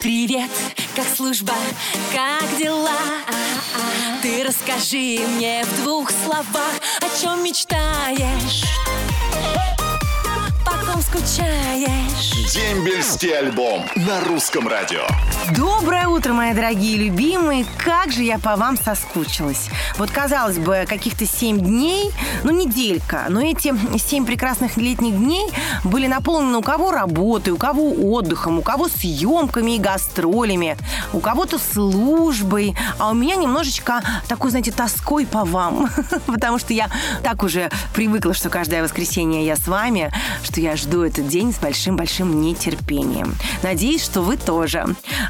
Привет, как служба, как дела? Ты расскажи мне в 2 словах, о чем мечтаешь, потом скучаешь. Дембельский альбом на русском радио. Доброе утро, мои дорогие любимые. Как же я по вам соскучилась. Вот, казалось бы, каких-то 7 дней, неделька. Но эти 7 прекрасных летних дней были наполнены у кого работой, у кого отдыхом, у кого съемками и гастролями, у кого-то службой. А у меня немножечко такой, знаете, тоской по вам. Потому что я так уже привыкла, что каждое воскресенье я с вами, что я жду этот день с большим-большим нетерпением. Надеюсь, что вы тоже.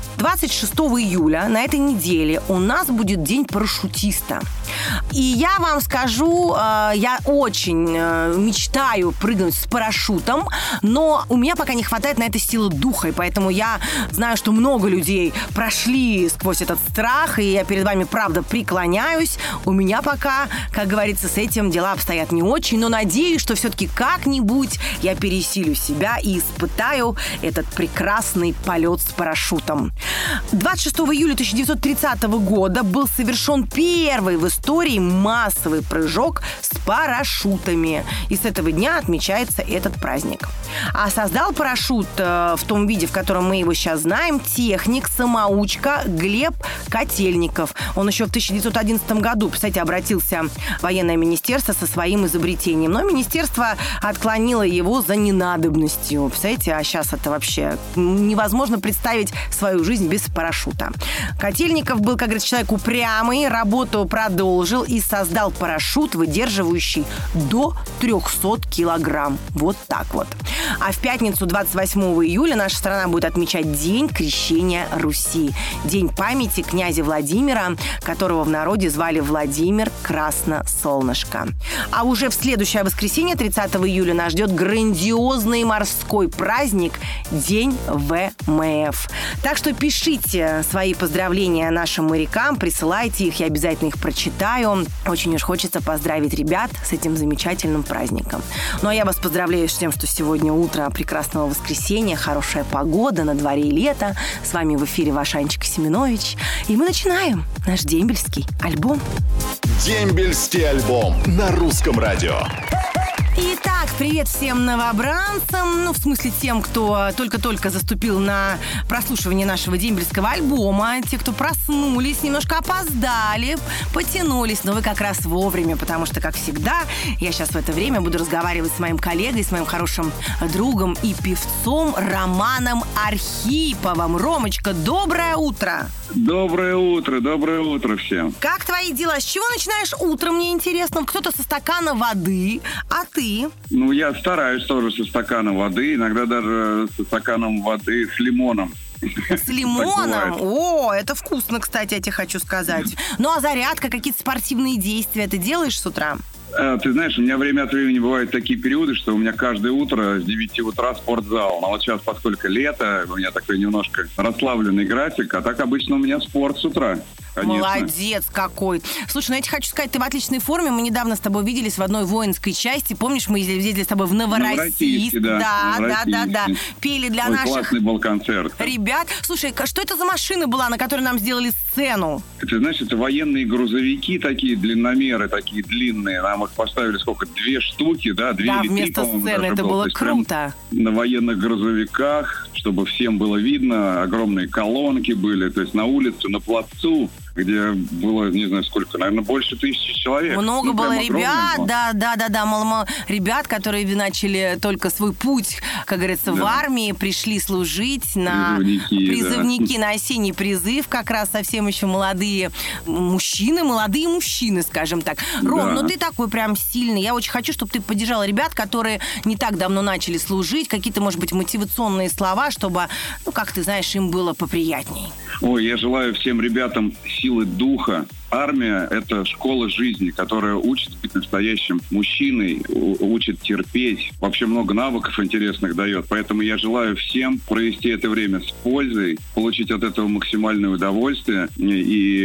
26 июля на этой неделе у нас будет день парашютиста. И я вам скажу, я очень мечтаю прыгнуть с парашютом, но у меня пока не хватает на это силы духа, и поэтому я знаю, что много людей прошли сквозь этот страх, и я перед вами, правда, преклоняюсь. У меня пока, как говорится, с этим дела обстоят не очень, но надеюсь, что все-таки как-нибудь я пересилю себя и испытаю этот прекрасный полет с парашютом. 26 июля 1930 года был совершен первый в истории массовый прыжок с парашютами. И с этого дня отмечается этот праздник. А создал парашют в том виде, в котором мы его сейчас знаем, техник-самоучка Глеб Котельников. Он еще в 1911 году, представляете, обратился в военное министерство со своим изобретением. Но министерство отклонило его за ненадобностью. Представляете, а сейчас это вообще невозможно представить свою жизнь без парашюта. Котельников был, как говорится, человек упрямый, работу продолжил и создал парашют, выдерживающий до 300 килограмм. Вот так вот. А в пятницу, 28 июля, наша страна будет отмечать День крещения Руси. День памяти князя Владимира, которого в народе звали Владимир Красносолнышко. А уже в следующее воскресенье, 30 июля, нас ждет грандиозный морской праздник День ВМФ. Так что пишите свои поздравления нашим морякам, присылайте их, я обязательно их прочитаю. Очень уж хочется поздравить ребят с этим замечательным праздником. Ну а я вас поздравляю с тем, что сегодня утро прекрасного воскресенья, хорошая погода, на дворе и лето. С вами в эфире ваш Анечка Семенович. И мы начинаем наш дембельский альбом. Дембельский альбом на русском радио. Итак, привет всем новобранцам, в смысле тем, кто только-только заступил на прослушивание нашего дембельского альбома, те, кто проснулись, немножко опоздали, потянулись, но вы как раз вовремя, потому что, как всегда, я сейчас в это время буду разговаривать с моим коллегой, с моим хорошим другом и певцом Романом Архиповым. Ромочка, доброе утро! Доброе утро всем. Как твои дела? С чего начинаешь утро, мне интересно? Кто-то со стакана воды, а ты? Я стараюсь тоже со стакана воды, иногда даже со стаканом воды с лимоном. С лимоном? О, это вкусно, кстати, я тебе хочу сказать. Ну, а зарядка, какие-то спортивные действия ты делаешь с утра? Ты знаешь, у меня время от времени бывают такие периоды, что у меня каждое утро с 9 утра спортзал. Но вот сейчас, поскольку лето, у меня такой немножко расслабленный график, а так обычно у меня спорт с утра. Конечно. Молодец какой. Слушай, я тебе хочу сказать, ты в отличной форме. Мы недавно с тобой виделись в одной воинской части. Помнишь, мы ездили с тобой в Новороссийск? Да. Пели для наших... Классный был концерт. Ребят, слушай, что это за машина была, на которой нам сделали сцену? Ты знаешь, это военные грузовики такие, длинномеры, такие длинные. Нам их поставили 2 штуки, 2 или 3, вместо сцены, это было круто. На военных грузовиках, чтобы всем было видно, огромные колонки были, то есть на улице, на плацу, где было, не знаю сколько, наверное, больше 1000 человек. Много было ребят, да, ребят, которые начали только свой путь, как говорится, в армии, пришли служить на призывники, на осенний призыв, как раз совсем еще молодые мужчины, скажем так. Ром, ты такой прям сильный. Я очень хочу, чтобы ты поддержал ребят, которые не так давно начали служить, какие-то, может быть, мотивационные слова, чтобы, как ты знаешь, им было поприятней. Ой, я желаю всем ребятам силы духа, Армия – это школа жизни, которая учит быть настоящим мужчиной, учит терпеть. Вообще много навыков интересных дает. Поэтому я желаю всем провести это время с пользой, получить от этого максимальное удовольствие. И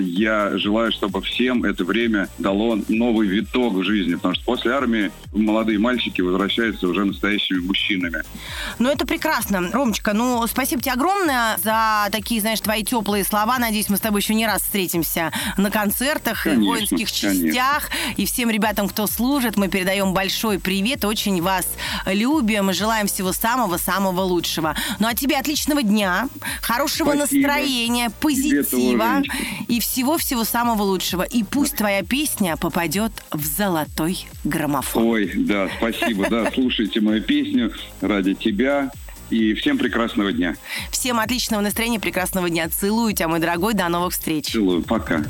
я желаю, чтобы всем это время дало новый виток в жизни. Потому что после армии молодые мальчики возвращаются уже настоящими мужчинами. Ну, это прекрасно. Ромочка, спасибо тебе огромное за такие, знаешь, твои теплые слова. Надеюсь, мы с тобой еще не раз встретимся на концертах, конечно, и в воинских частях. И всем ребятам, кто служит, мы передаем большой привет. Очень вас любим и желаем всего самого-самого лучшего. Ну, а тебе отличного дня, хорошего настроения, позитива и всего-всего самого лучшего. И пусть твоя песня попадет в золотой граммофон. Ой, да, спасибо. Да, слушайте мою песню ради тебя. И всем прекрасного дня. Всем отличного настроения, прекрасного дня. Целую тебя, мой дорогой. До новых встреч. Целую. Пока.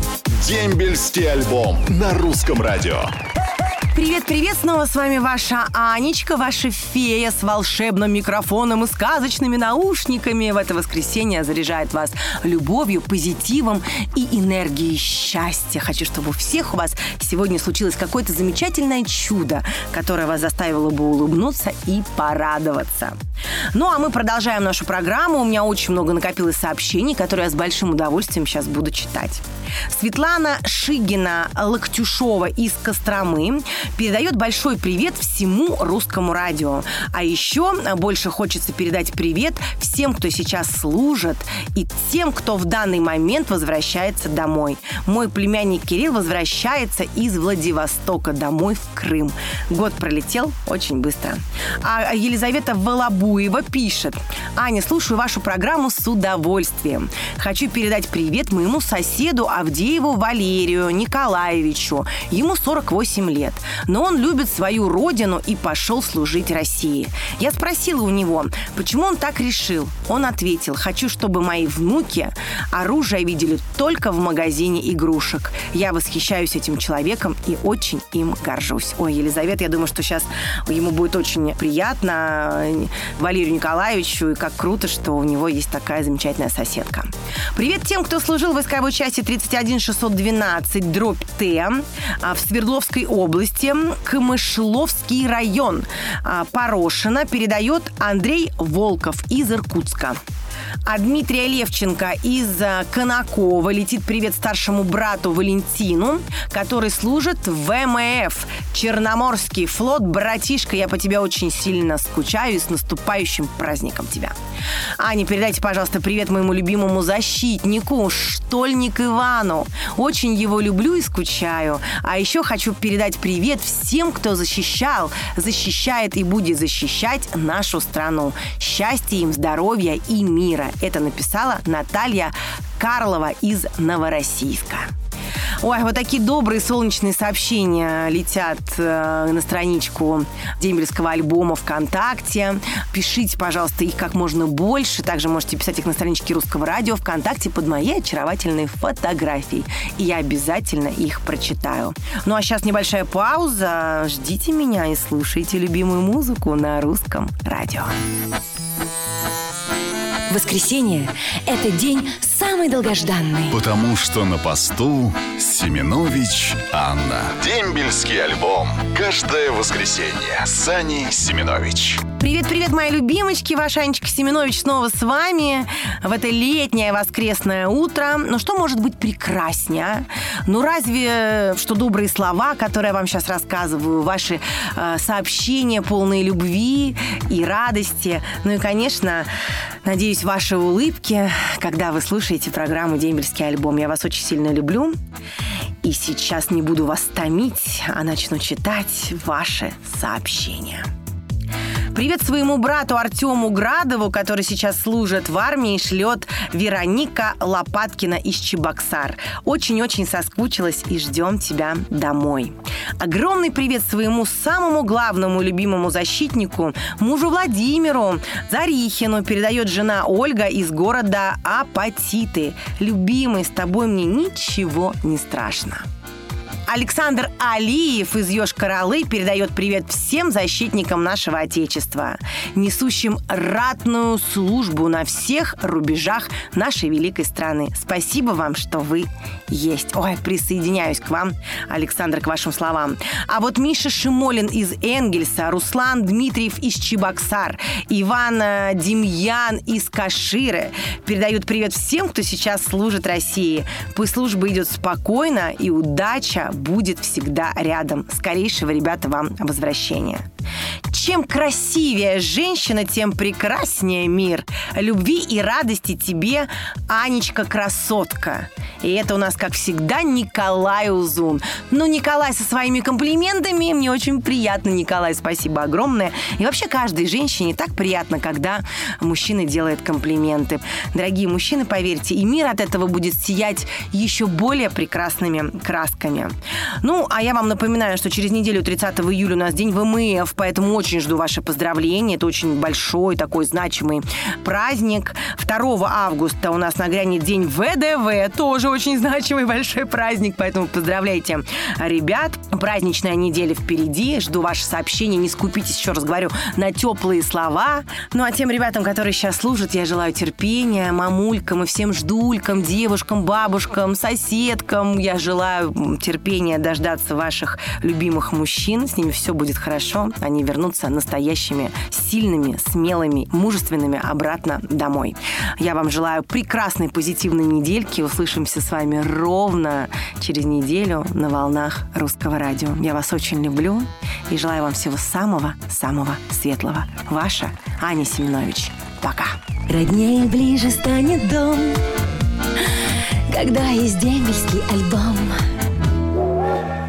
Дембельский альбом на русском радио. Привет-привет, снова с вами ваша Анечка, ваша фея с волшебным микрофоном и сказочными наушниками. В это воскресенье заряжает вас любовью, позитивом и энергией счастья. Хочу, чтобы у всех у вас сегодня случилось какое-то замечательное чудо, которое вас заставило бы улыбнуться и порадоваться. Ну, а мы продолжаем нашу программу. У меня очень много накопилось сообщений, которые я с большим удовольствием сейчас буду читать. Светлана Шигина-Локтюшова из Костромы передает большой привет всему русскому радио. А еще больше хочется передать привет всем, кто сейчас служит, и тем, кто в данный момент возвращается домой. Мой племянник Кирилл возвращается из Владивостока домой в Крым. Год пролетел очень быстро. А Елизавета Волобуева пишет: Аня, слушаю вашу программу с удовольствием. Хочу передать привет моему соседу Авдееву Валерию Николаевичу. Ему 48 лет. Но он любит свою родину и пошел служить России. Я спросила у него, почему он так решил. Он ответил: хочу, чтобы мои внуки оружие видели только в магазине игрушек. Я восхищаюсь этим человеком и очень им горжусь. Ой, Елизавета, я думаю, что сейчас ему будет очень приятно, Валерию Николаевичу, и как круто, что у него есть такая замечательная соседка. Привет тем, кто служил в войсковой части 31612/Т в Свердловской области, Камышловский район. Порошина передает Андрей Волков из Иркутска. А Дмитрия Левченко из Конакова летит привет старшему брату Валентину, который служит в ВМФ. Черноморский флот. Братишка, я по тебе очень сильно скучаю, и с наступающим праздником тебя. Аня, передайте, пожалуйста, привет моему любимому защитнику Штольник Ивану. Очень его люблю и скучаю. А еще хочу передать привет всем, кто защищал, защищает и будет защищать нашу страну. Счастья им, здоровья и мира. Это написала Наталья Карлова из Новороссийска. Ой, вот такие добрые солнечные сообщения летят на страничку дембельского альбома ВКонтакте. Пишите, пожалуйста, их как можно больше. Также можете писать их на страничке Русского радио ВКонтакте под моей очаровательной фотографией. И я обязательно их прочитаю. Ну, а сейчас небольшая пауза. Ждите меня и слушайте любимую музыку на Русском радио. Воскресенье – это день самый долгожданный. Потому что на посту Семенович Анна. Дембельский альбом. Каждое воскресенье с Аней Семенович. Привет-привет, мои любимочки! Ваша Анечка Семенович снова с вами в это летнее воскресное утро. Ну, что может быть прекраснее, а? Ну, разве что добрые слова, которые я вам сейчас рассказываю, ваши сообщения, полные любви и радости. Ну и, конечно, надеюсь, ваши улыбки, когда вы слушаете программу «Дембельский альбом». Я вас очень сильно люблю. И сейчас не буду вас томить, а начну читать ваши сообщения. Привет своему брату Артему Градову, который сейчас служит в армии, шлет Вероника Лопаткина из Чебоксар. Очень-очень соскучилась и ждем тебя домой. Огромный привет своему самому главному любимому защитнику, мужу Владимиру Зарихину, передает жена Ольга из города Апатиты. Любимый, с тобой мне ничего не страшно. Александр Алиев из Йошкар-Олы передает привет всем защитникам нашего Отечества, несущим ратную службу на всех рубежах нашей великой страны. Спасибо вам, что вы есть. Ой, присоединяюсь к вам, Александр, к вашим словам. А вот Миша Шимолин из Энгельса, Руслан Дмитриев из Чебоксар, Иван Демьян из Каширы передают привет всем, кто сейчас служит России. Пусть служба идет спокойно, и удача будет всегда рядом. Скорейшего, ребята, вам возвращения. Чем красивее женщина, тем прекраснее мир. Любви и радости тебе, Анечка-красотка. И это у нас, как всегда, Николай Узун. Ну, Николай со своими комплиментами. Мне очень приятно, Николай, спасибо огромное. И вообще каждой женщине так приятно, когда мужчина делает комплименты. Дорогие мужчины, поверьте, и мир от этого будет сиять еще более прекрасными красками. Ну, а я вам напоминаю, что через неделю, 30 июля, у нас День ВМФ, поэтому очень жду ваши поздравления. Это очень большой такой значимый праздник. 2 августа у нас нагрянет День ВДВ, тоже очень значимый большой праздник, поэтому поздравляйте, ребят. Праздничная неделя впереди. Жду ваши сообщения. Не скупитесь, еще раз говорю, на теплые слова. Ну, а тем ребятам, которые сейчас служат, я желаю терпения, мамулькам и всем ждулькам, девушкам, бабушкам, соседкам. Я желаю терпения дождаться ваших любимых мужчин. С ними все будет хорошо. Они вернутся настоящими, сильными, смелыми, мужественными обратно домой. Я вам желаю прекрасной, позитивной недельки. Услышимся с вами ровно через неделю на волнах Русского радио. Я вас очень люблю и желаю вам всего самого-самого светлого. Ваша Аня Семенович. Пока. Роднее и ближе станет дом, когда есть дембельский альбом.